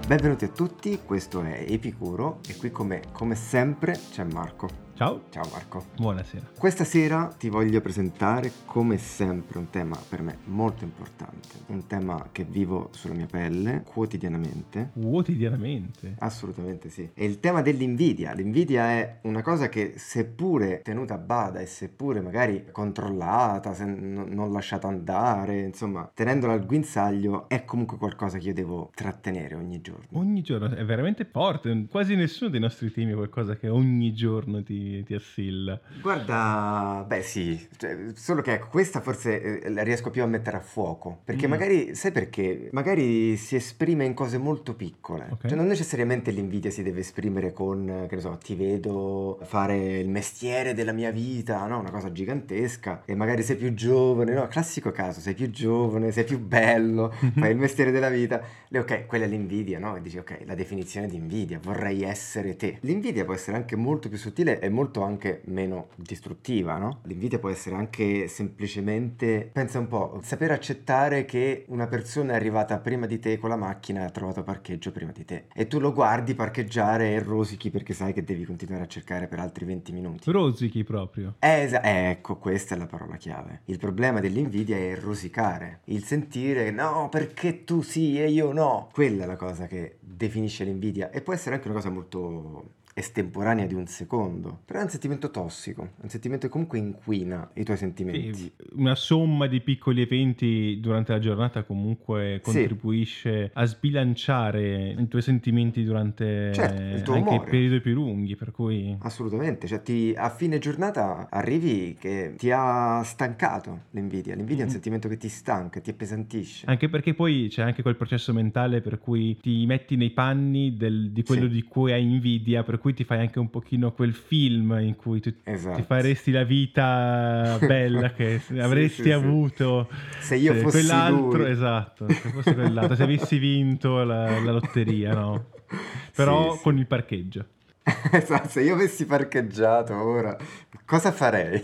Benvenuti a tutti, questo è Epicuro e qui come sempre c'è Marco. Ciao. Ciao Marco. Buonasera. Questa sera ti voglio presentare come sempre un tema per me molto importante, un tema che vivo sulla mia pelle quotidianamente. Quotidianamente? Assolutamente sì. È il tema dell'invidia. L'invidia è una cosa che seppure tenuta a bada e seppure magari controllata, non lasciata andare, insomma, tenendola al guinzaglio, è comunque qualcosa che io devo trattenere ogni giorno. Ogni giorno, è veramente forte. Quasi nessuno dei nostri temi è qualcosa che ogni giorno ti assilla. Guarda, beh sì, solo che ecco, questa forse la riesco più a mettere a fuoco, perché magari, sai perché? Magari si esprime in cose molto piccole, Ok. cioè non necessariamente l'invidia si deve esprimere con, che ne so, ti vedo fare il mestiere della mia vita, no? Una cosa gigantesca, e magari sei più giovane, no? Classico caso, sei più giovane, sei più bello, fai il mestiere della vita, e ok, quella è l'invidia, no? E dici ok, la definizione di invidia, vorrei essere te. L'invidia può essere anche molto più sottile e molto anche meno distruttiva, no? L'invidia può essere anche semplicemente, pensa un po', saper accettare che una persona è arrivata prima di te con la macchina e ha trovato parcheggio prima di te e tu lo guardi parcheggiare e rosichi perché sai che devi continuare a cercare per altri 20 minuti. Rosichi proprio. Ecco, questa è la parola chiave. Il problema dell'invidia è il rosicare, il sentire no, perché tu sì e io no. Quella è la cosa che definisce l'invidia e può essere anche una cosa molto estemporanea di un secondo, però è un sentimento tossico, è un sentimento che comunque inquina i tuoi sentimenti. Sì, una somma di piccoli eventi durante la giornata comunque contribuisce a sbilanciare i tuoi sentimenti durante certo, il tuo anche i umore. periodi più lunghi, per cui Assolutamente, cioè a fine giornata arrivi che ti ha stancato l'invidia è un sentimento che ti stanca, ti appesantisce. Anche perché poi c'è anche quel processo mentale per cui ti metti nei panni di quello di cui hai invidia, per cui ti fai anche un pochino quel film in cui tu ti faresti la vita bella che avresti avuto se io fossi quell'altro, lui. esatto, se fosse quell'altro, se avessi vinto la lotteria, no? Però con il parcheggio. Esatto, se io avessi parcheggiato ora, cosa farei?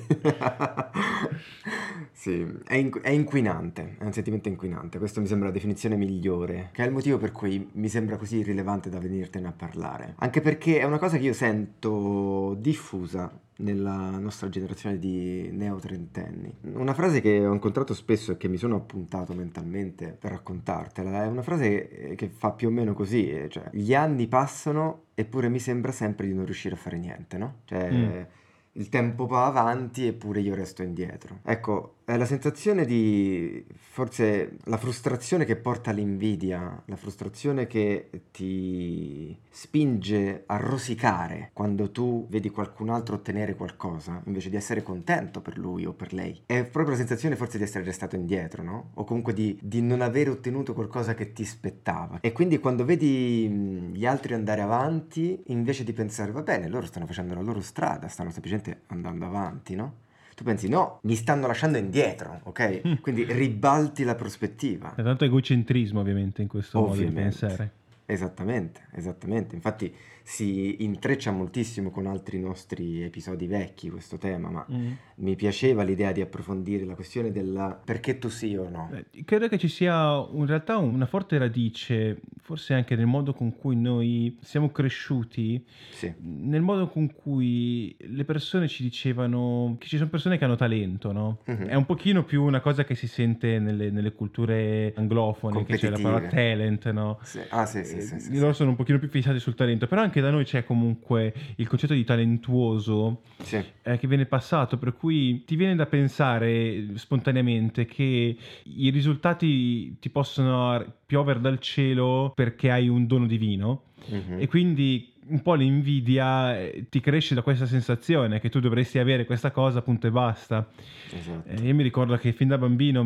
Sì, è inquinante, è un sentimento inquinante, questo mi sembra la definizione migliore, che è il motivo per cui mi sembra così rilevante da venirtene a parlare. Anche perché è una cosa che io sento diffusa nella nostra generazione di neotrentenni. Una frase che ho incontrato spesso e che mi sono appuntato mentalmente per raccontartela, è una frase che fa più o meno così, cioè gli anni passano eppure mi sembra sempre di non riuscire a fare niente, no? Cioè il tempo va avanti eppure io resto indietro. Ecco, è la sensazione di, forse la frustrazione che porta all'invidia, la frustrazione che ti spinge a rosicare quando tu vedi qualcun altro ottenere qualcosa invece di essere contento per lui o per lei. È proprio la sensazione forse di essere restato indietro, no? O comunque di non avere ottenuto qualcosa che ti spettava. E quindi quando vedi gli altri andare avanti, invece di pensare va bene, loro stanno facendo la loro strada, stanno semplicemente andando avanti, no? Tu pensi, no, mi stanno lasciando indietro, ok? Quindi ribalti la prospettiva. È tanto egocentrismo ovviamente in questo modo di pensare. Esattamente. Infatti si intreccia moltissimo con altri nostri episodi vecchi questo tema, ma mi piaceva l'idea di approfondire la questione della perché tu sì o no. Credo che ci sia in realtà una forte radice, forse anche nel modo con cui noi siamo cresciuti, nel modo con cui le persone ci dicevano che ci sono persone che hanno talento, no? È un pochino più una cosa che si sente nelle culture anglofone, che c'è la parola talent, no? Loro sono un pochino più fissati sul talento, però anche da noi c'è comunque il concetto di talentuoso che viene passato, per cui ti viene da pensare spontaneamente che i risultati ti possono piovere dal cielo perché hai un dono divino e quindi un po' l'invidia ti cresce da questa sensazione che tu dovresti avere questa cosa, punto e basta. Io mi ricordo che fin da bambino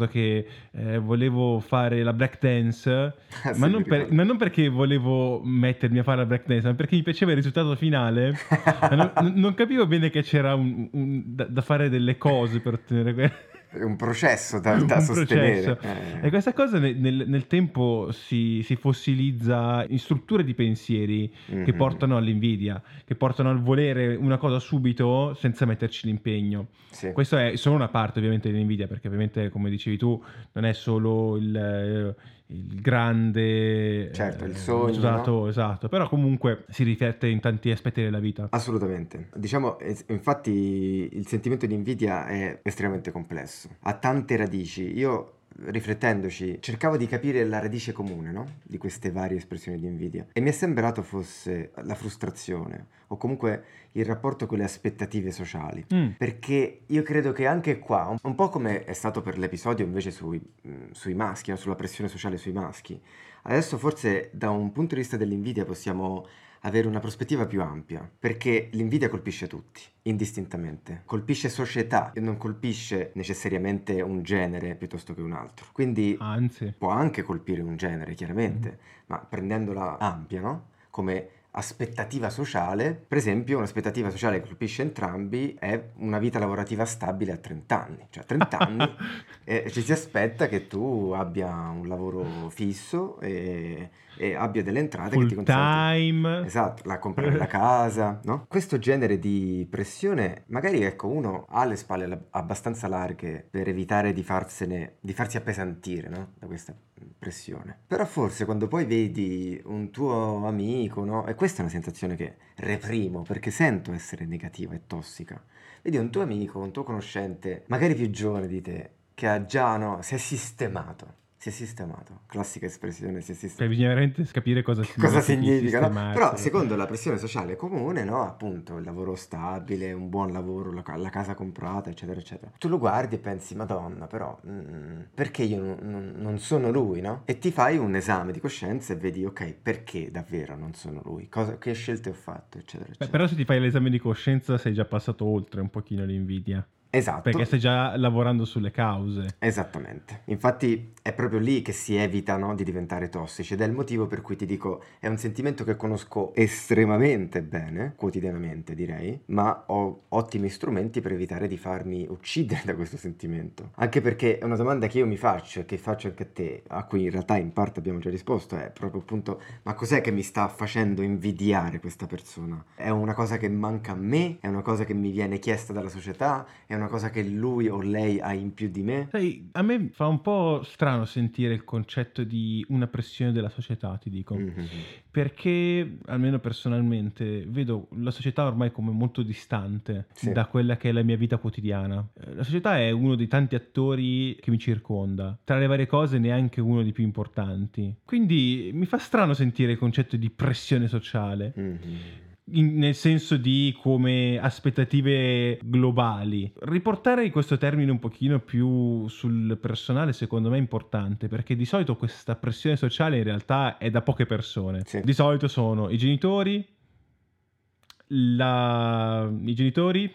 volevo fare la break dance, ma non perché volevo mettermi a fare la break dance, ma perché mi piaceva il risultato finale. Non capivo bene che c'era da fare delle cose per ottenere un processo da sostenere. E questa cosa nel tempo si fossilizza in strutture di pensieri che portano all'invidia, che portano al volere una cosa subito senza metterci l'impegno. Questo è solo una parte ovviamente dell'invidia, perché ovviamente, come dicevi tu, non è solo il grande certo, il sogno, risultato, no? esatto, però comunque si riflette in tanti aspetti della vita. Assolutamente. Diciamo, infatti il sentimento di invidia è estremamente complesso. Ha tante radici. Io, riflettendoci, cercavo di capire la radice comune, no? Di queste varie espressioni di invidia. E mi è sembrato fosse la frustrazione, o comunque il rapporto con le aspettative sociali. Perché io credo che anche qua, un po' come è stato per l'episodio invece sui maschi, no? Sulla pressione sociale sui maschi, adesso forse da un punto di vista dell'invidia possiamo avere una prospettiva più ampia, perché l'invidia colpisce tutti, indistintamente. Colpisce società e non colpisce necessariamente un genere piuttosto che un altro. Quindi Anzi, può anche colpire un genere, chiaramente, ma prendendola ampia, no? Come aspettativa sociale, per esempio, un'aspettativa sociale che colpisce entrambi è una vita lavorativa stabile a 30 anni. Cioè a 30 anni ci si aspetta che tu abbia un lavoro fisso e abbia delle entrate che ti full consentono, time. esatto, comprare la casa, no? Questo genere di pressione, magari ecco, uno ha le spalle abbastanza larghe per evitare di farsi appesantire, no? Da questa pressione. Però forse quando poi vedi un tuo amico, no? E questa è una sensazione che reprimo perché sento essere negativa e tossica. Vedi un tuo amico, un tuo conoscente, magari più giovane di te, che ha già, no? Si è sistemato. Classica espressione, si è sistemato. Bisogna veramente capire cosa significa, no? sistemarsi. Però secondo la pressione sociale comune, no? Appunto il lavoro stabile, un buon lavoro, la casa comprata, eccetera, eccetera. Tu lo guardi e pensi, Madonna, però perché io non sono lui, no? E ti fai un esame di coscienza e vedi, ok, perché davvero non sono lui? Che scelte ho fatto, eccetera, eccetera. Però se ti fai l'esame di coscienza sei già passato oltre un pochino l'invidia. Esatto. Perché stai già lavorando sulle cause. Esattamente. Infatti è proprio lì che si evita, no, di diventare tossici ed è il motivo per cui ti dico, è un sentimento che conosco estremamente bene, quotidianamente direi, ma ho ottimi strumenti per evitare di farmi uccidere da questo sentimento. Anche perché è una domanda che io mi faccio e che faccio anche a te, a cui in realtà in parte abbiamo già risposto, è proprio appunto, ma cos'è che mi sta facendo invidiare questa persona? È una cosa che manca a me? È una cosa che mi viene chiesta dalla società? È una cosa che lui o lei ha in più di me? Sai, a me fa un po' strano sentire il concetto di una pressione della società, ti dico. Perché, almeno personalmente, vedo la società ormai come molto distante da quella che è la mia vita quotidiana. La società è uno dei tanti attori che mi circonda. Tra le varie cose neanche uno dei più importanti. Quindi mi fa strano sentire il concetto di pressione sociale. Nel senso di come aspettative globali. Riportare questo termine un pochino più sul personale secondo me è importante, perché di solito questa pressione sociale in realtà è da poche persone. Di solito sono i genitori, i genitori,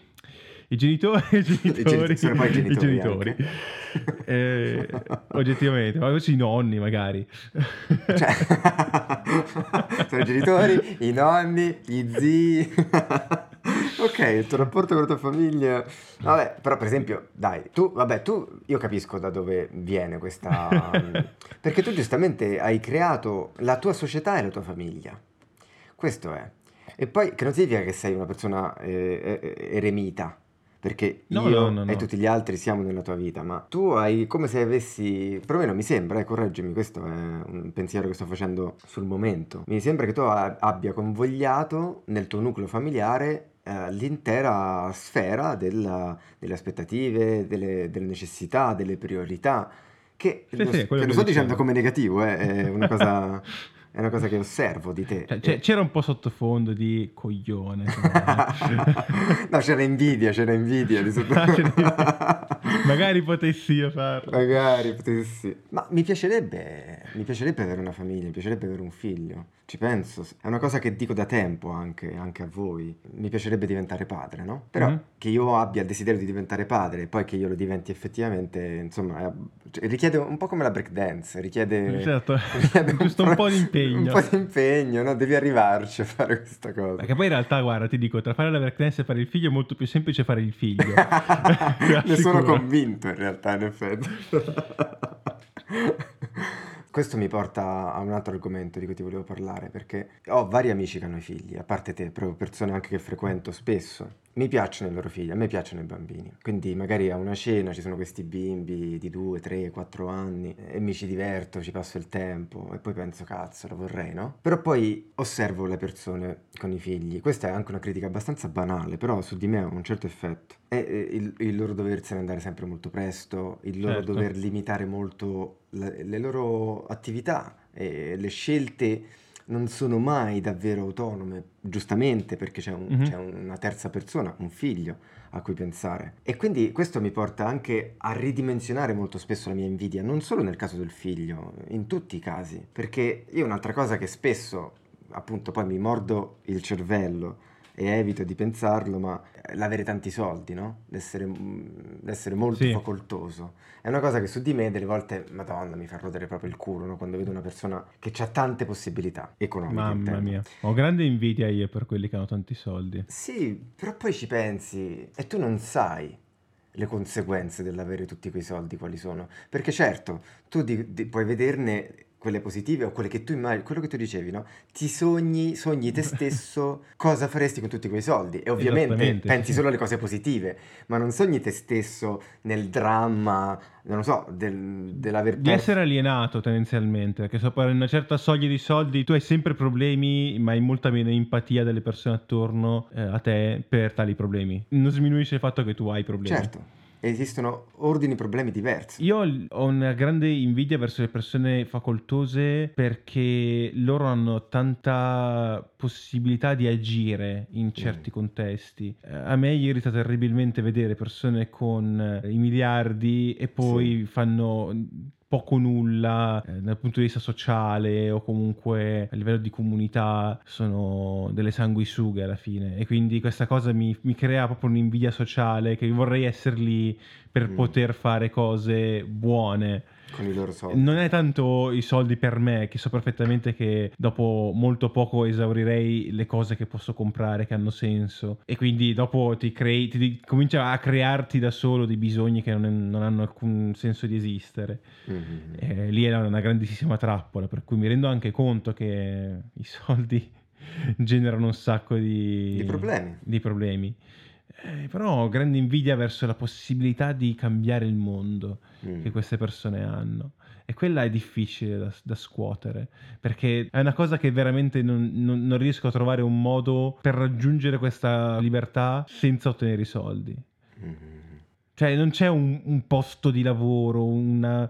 oggettivamente, ma i nonni magari. Cioè, sono i genitori, i nonni, gli zii. Ok, il tuo rapporto con la tua famiglia. Vabbè, però per esempio, dai, io capisco da dove viene questa. Perché tu giustamente hai creato la tua società e la tua famiglia. Questo è. E poi che non significa che sei una persona eremita. Perché io e tutti gli altri siamo nella tua vita, ma tu hai come se avessi, perlomeno mi sembra, correggimi, questo è un pensiero che sto facendo sul momento, mi sembra che tu abbia convogliato nel tuo nucleo familiare l'intera sfera delle aspettative, delle necessità, delle priorità, che non sto dicendo come negativo, è una cosa... È una cosa che osservo di te. C'era un po' sottofondo di coglione. No, c'era invidia di Magari potessi io farlo. Magari potessi. Ma mi piacerebbe avere una famiglia, mi piacerebbe avere un figlio. Ci penso. È una cosa che dico da tempo anche a voi. Mi piacerebbe diventare padre, no? Però che io abbia il desiderio di diventare padre e poi che io lo diventi effettivamente, insomma, richiede un po' come la breakdance, richiede giusto un po' di impegno. Un po' di impegno, no? Devi arrivarci a fare questa cosa. Perché poi in realtà, guarda, ti dico, tra fare la breakdance e fare il figlio è molto più semplice fare il figlio. Ne sono convinto in realtà, in effetti. Questo mi porta a un altro argomento di cui ti volevo parlare, perché ho vari amici che hanno i figli, a parte te, proprio persone anche che frequento spesso. mi piacciono i loro figli, a me piacciono i bambini, quindi magari a una cena ci sono questi bimbi di 2, 3, 4 anni e mi ci diverto, ci passo il tempo e poi penso cazzo, lo vorrei, no? Però poi osservo le persone con i figli, questa è anche una critica abbastanza banale, però su di me ha un certo effetto. È il loro doversene andare sempre molto presto, il loro Certo. dover limitare molto le loro attività e le scelte non sono mai davvero autonome, giustamente perché c'è una terza persona, un figlio a cui pensare. E quindi questo mi porta anche a ridimensionare molto spesso la mia invidia, non solo nel caso del figlio, in tutti i casi. Perché io un'altra cosa che spesso, appunto, poi mi mordo il cervello e evito di pensarlo, ma l'avere tanti soldi, no? L'essere molto Sì. facoltoso. È una cosa che su di me delle volte, Madonna, mi fa rodere proprio il culo, no? Quando vedo una persona che ha tante possibilità economiche, Mamma intendo. mia, ho grande invidia io per quelli che hanno tanti soldi. Sì, però poi ci pensi e tu non sai le conseguenze dell'avere tutti quei soldi quali sono. Perché certo, tu puoi vederne quelle positive o quelle che tu immagini, quello che tu dicevi, no? Sogni te stesso cosa faresti con tutti quei soldi e ovviamente Esattamente, sì, pensi sì. solo alle cose positive, ma non sogni te stesso nel dramma, non lo so, dell'aver Di perso. essere alienato tendenzialmente, perché sopra una certa soglia di soldi tu hai sempre problemi, ma hai molta meno empatia delle persone attorno a te per tali problemi. Non sminuisce il fatto che tu hai problemi. Certo, esistono ordini problemi diversi. Io ho una grande invidia verso le persone facoltose perché loro hanno tanta possibilità di agire in Mm, certi contesti. A me irrita terribilmente vedere persone con i miliardi e sì. poi fanno poco nulla dal punto di vista sociale o comunque a livello di comunità, sono delle sanguisughe alla fine, e quindi questa cosa mi crea proprio un'invidia sociale che vorrei essere lì per Mm, poter fare cose buone. con i loro soldi. Non è tanto i soldi per me, che so perfettamente che dopo molto poco esaurirei le cose che posso comprare che hanno senso, e quindi dopo comincia a crearti da solo dei bisogni che non hanno alcun senso di esistere. Mhm. Lì è una grandissima trappola, per cui mi rendo anche conto che i soldi generano un sacco Di problemi. di problemi. Però ho grande invidia verso la possibilità di cambiare il mondo che Mm. queste persone hanno. E quella è difficile da scuotere, perché è una cosa che veramente non riesco a trovare un modo per raggiungere questa libertà senza ottenere i soldi. Mhm. Cioè, non c'è un posto di lavoro, una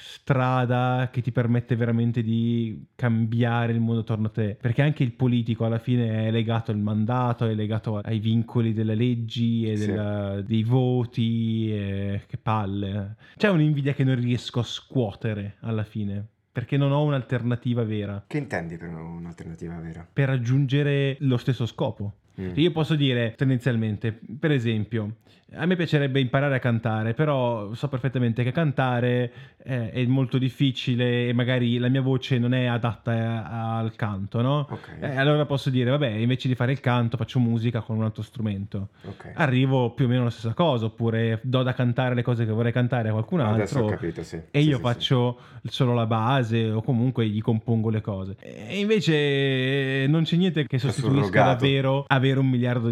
strada che ti permette veramente di cambiare il mondo attorno a te. Perché anche il politico alla fine è legato al mandato, è legato ai vincoli delle leggi e Sì. dei voti. Che palle. C'è un'invidia che non riesco a scuotere alla fine, perché non ho un'alternativa vera Che intendi per un'alternativa vera? per raggiungere lo stesso scopo. Mm. Io posso dire tendenzialmente, per esempio, a me piacerebbe imparare a cantare, però so perfettamente che cantare è molto difficile e magari la mia voce non è adatta al canto, no? Ok, Allora posso dire, vabbè, invece di fare il canto faccio musica con un altro strumento. ok. Arrivo più o meno alla stessa cosa, oppure do da cantare le cose che vorrei cantare a qualcun Adesso ho altro capito, sì. e Sì, io sì, sì. faccio solo la base o comunque gli compongo le cose. E invece non c'è niente che C'è sostituisca surrogato. davvero avere $1 miliardo.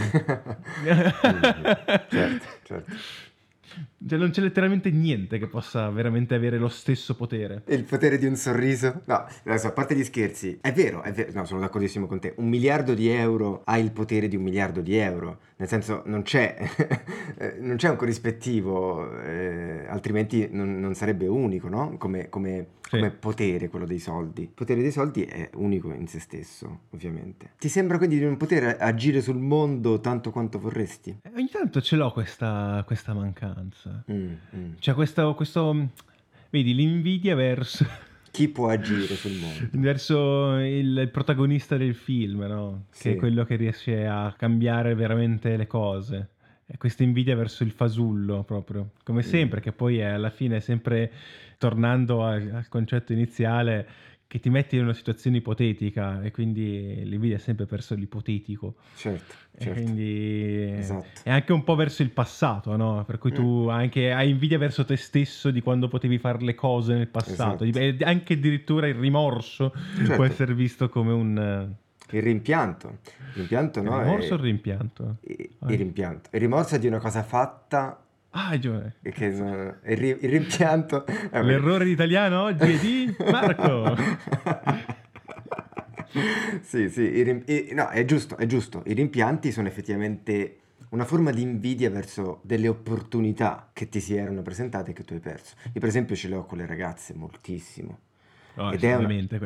Mhm. Certo, certo. Cioè, non c'è letteralmente niente che possa veramente avere lo stesso potere. E il potere di un sorriso? No, adesso a parte gli scherzi, è vero, no, sono d'accordissimo con te. 1 miliardo di euro ha il potere di 1 miliardo di euro, nel senso non c'è, non c'è un corrispettivo, altrimenti non sarebbe unico, no? Come Sì. potere quello dei soldi. Il potere dei soldi è unico in se stesso, ovviamente. Ti sembra quindi di non poter agire sul mondo tanto quanto vorresti? Ogni tanto ce l'ho questa mancanza. Mm. Cioè questo vedi, l'invidia verso Chi può agire sul mondo? verso il protagonista del film, no? Che è Sì. quello che riesce a cambiare veramente le cose. E questa invidia verso il fasullo, proprio. Come sempre, che poi alla fine è sempre, tornando al concetto iniziale, che ti metti in una situazione ipotetica e quindi l'invidia è sempre verso l'ipotetico. Certo, E certo. quindi Esatto. è anche un po' verso il passato, no? Per cui tu anche hai invidia verso te stesso di quando potevi fare le cose nel passato. Esatto. E anche addirittura il rimorso può Certo. essere visto come un Il rimpianto. Il rimpianto, Il no? rimorso o il rimpianto? Il rimpianto. Il rimorso è di una cosa fatta. Ah, giovane. Il rimpianto. L'errore di italiano oggi è di Marco. Sì, no, è giusto. I rimpianti sono effettivamente una forma di invidia verso delle opportunità che ti si erano presentate e che tu hai perso. Io per esempio ce le ho con le ragazze moltissimo. Oh, Ed sì, è una... ovviamente.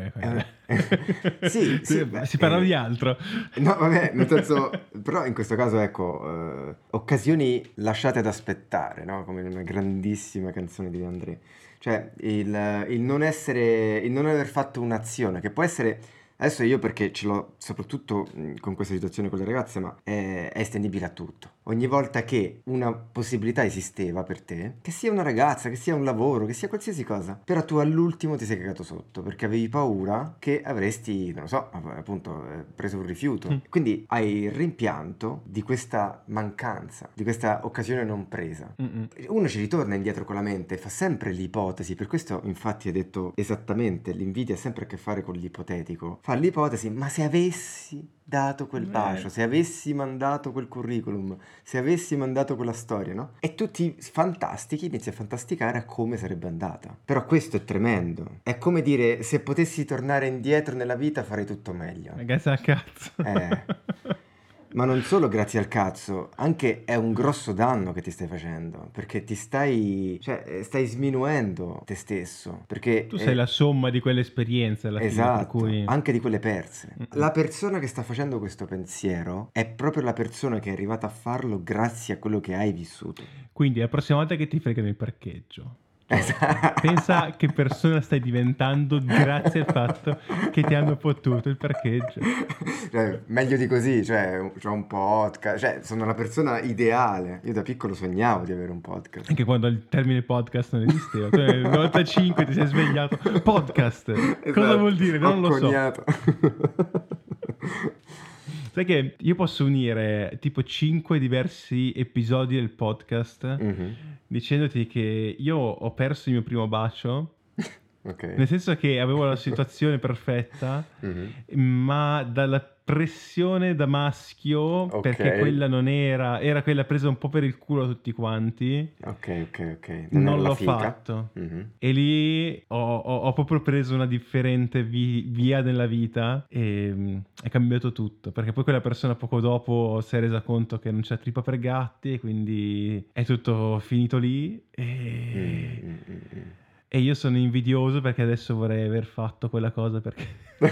Sì, Si parla di altro. No, vabbè, nel senso, però in questo caso, ecco, occasioni lasciate ad aspettare, no? Come in una grandissima canzone di De André. Cioè, il non aver fatto un'azione, che può essere. Adesso io perché ce l'ho soprattutto con questa situazione con le ragazze, ma è estendibile a tutto. Ogni volta che una possibilità esisteva per te, che sia una ragazza, che sia un lavoro, che sia qualsiasi cosa, però tu all'ultimo ti sei cagato sotto perché avevi paura che avresti, non lo so, appunto preso un rifiuto. Quindi hai il rimpianto di questa mancanza, di questa occasione non presa. Uno ci ritorna indietro con la mente, fa sempre l'ipotesi, per questo infatti hai detto esattamente, l'invidia ha sempre a che fare con l'ipotetico. Fa l'ipotesi, ma se avessi dato quel bacio, se avessi mandato quel curriculum, se avessi mandato quella storia, no? E tu ti fantastichi, inizi a fantasticare a come sarebbe andata. Però questo è tremendo. È come dire, se potessi tornare indietro nella vita farei tutto meglio. Grazie al cazzo. Ma non solo grazie al cazzo, anche è un grosso danno che ti stai facendo, perché stai sminuendo te stesso, perché tu sei la somma di quelle esperienze alla fine, esatto, per cui... anche di quelle perse. La persona che sta facendo questo pensiero è proprio la persona che è arrivata a farlo grazie a quello che hai vissuto. Quindi la prossima volta che ti fregano il parcheggio, pensa che persona stai diventando grazie al fatto che ti hanno fottuto il parcheggio. Meglio di così, cioè c'ho un podcast, cioè sono la persona ideale. Io da piccolo sognavo di avere un podcast. Anche quando il termine podcast non esisteva, cioè nel 95 ti sei svegliato, podcast, Esatto. Cosa vuol dire? Non lo so. Sai che io posso unire tipo 5 diversi episodi del podcast dicendoti che io ho perso il mio primo bacio, nel senso che avevo la situazione perfetta, ma dalla pressione da maschio, perché quella non era quella presa un po' per il culo a tutti quanti. Ok. Non l'ho fatto. E lì ho proprio preso una differente via nella vita e è cambiato tutto, perché poi quella persona poco dopo si è resa conto che non c'è trippa per gatti e quindi è tutto finito lì e io sono invidioso perché adesso vorrei aver fatto quella cosa, perché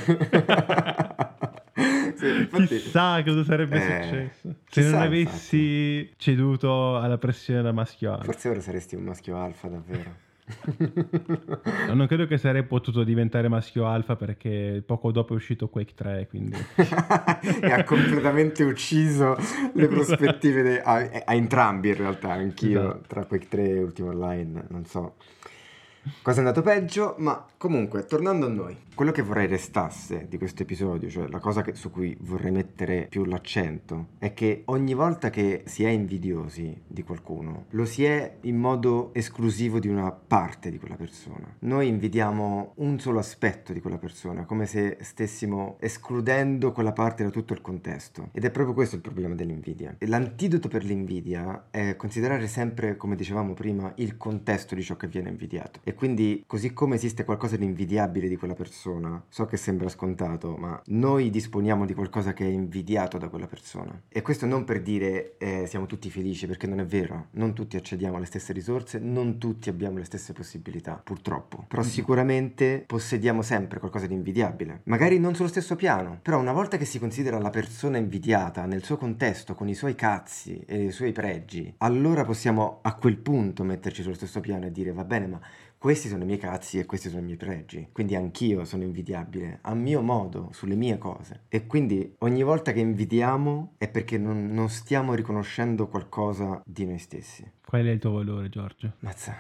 sì, infatti... chissà cosa sarebbe successo se non avessi ceduto alla pressione da maschio alfa. Forse ora saresti un maschio alfa davvero. Non credo che sarei potuto diventare maschio alfa perché poco dopo è uscito Quake 3, quindi e ha completamente ucciso le prospettive a entrambi in realtà, anch'io, esatto. Tra Quake 3 e Ultima Online, non so cosa è andato peggio, ma comunque, tornando a noi, quello che vorrei restasse di questo episodio, cioè la cosa su cui vorrei mettere più l'accento, è che ogni volta che si è invidiosi di qualcuno, lo si è in modo esclusivo di una parte di quella persona. Noi invidiamo un solo aspetto di quella persona, come se stessimo escludendo quella parte da tutto il contesto. Ed è proprio questo il problema dell'invidia. E l'antidoto per l'invidia è considerare sempre, come dicevamo prima, il contesto di ciò che viene invidiato. E quindi, così come esiste qualcosa di invidiabile di quella persona, so che sembra scontato, ma noi disponiamo di qualcosa che è invidiato da quella persona. E questo non per dire siamo tutti felici, perché non è vero. Non tutti accediamo alle stesse risorse, non tutti abbiamo le stesse possibilità, purtroppo. Però sicuramente possediamo sempre qualcosa di invidiabile. Magari non sullo stesso piano, però una volta che si considera la persona invidiata nel suo contesto, con i suoi cazzi e i suoi pregi, allora possiamo a quel punto metterci sullo stesso piano e dire va bene, ma questi sono i miei cazzi e questi sono i miei pregi, quindi anch'io sono invidiabile a mio modo, sulle mie cose. E quindi ogni volta che invidiamo è perché non stiamo riconoscendo qualcosa di noi stessi. Qual è il tuo valore, Giorgio? Mazza.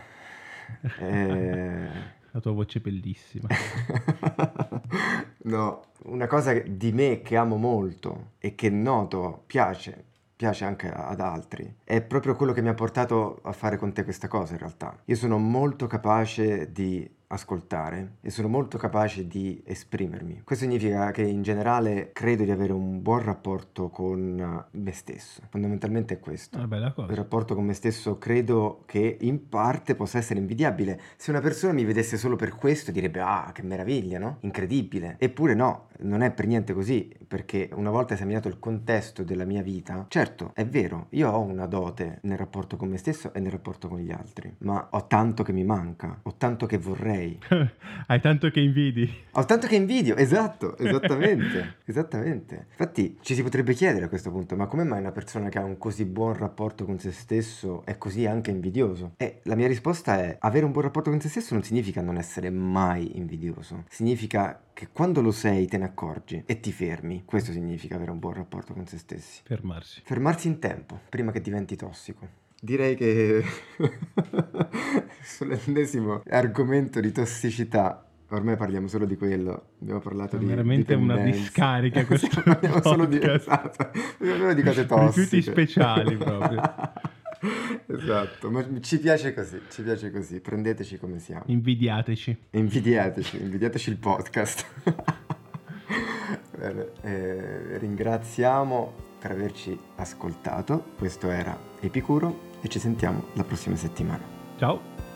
La tua voce è bellissima. No, una cosa di me che amo molto e che noto piace anche ad altri, è proprio quello che mi ha portato a fare con te questa cosa in realtà. Io sono molto capace di ascoltare e sono molto capace di esprimermi. Questo significa che in generale credo di avere un buon rapporto con me stesso. Fondamentalmente è questo. Una bella cosa. Il rapporto con me stesso credo che in parte possa essere invidiabile. Se una persona mi vedesse solo per questo direbbe ah, che meraviglia, no? Incredibile. Eppure no, non è per niente così, perché una volta esaminato il contesto della mia vita, certo, è vero, io ho una dote nel rapporto con me stesso e nel rapporto con gli altri, ma ho tanto che mi manca, ho tanto che vorrei. Hai tanto che invidi. Ho tanto che invidio, esatto, esattamente, esattamente. Infatti ci si potrebbe chiedere a questo punto, ma come mai una persona che ha un così buon rapporto con se stesso è così anche invidioso? E la mia risposta è, avere un buon rapporto con se stesso non significa non essere mai invidioso, significa che quando lo sei te ne accorgi e ti fermi. Questo significa avere un buon rapporto con se stessi. Fermarsi. Fermarsi in tempo, prima che diventi tossico. Direi che sull'ennesimo argomento di tossicità ormai parliamo solo di quello. Abbiamo parlato È di veramente una dipendenza. discarica questo Parliamo solo di, podcast. esatto, parliamo di cose tossiche. Rifiuti speciali proprio. Esatto, ma ci piace così, prendeteci come siamo. Invidiateci. Invidiateci il podcast. Bene, ringraziamo per averci ascoltato. Questo era Epicuro e ci sentiamo la prossima settimana. Ciao.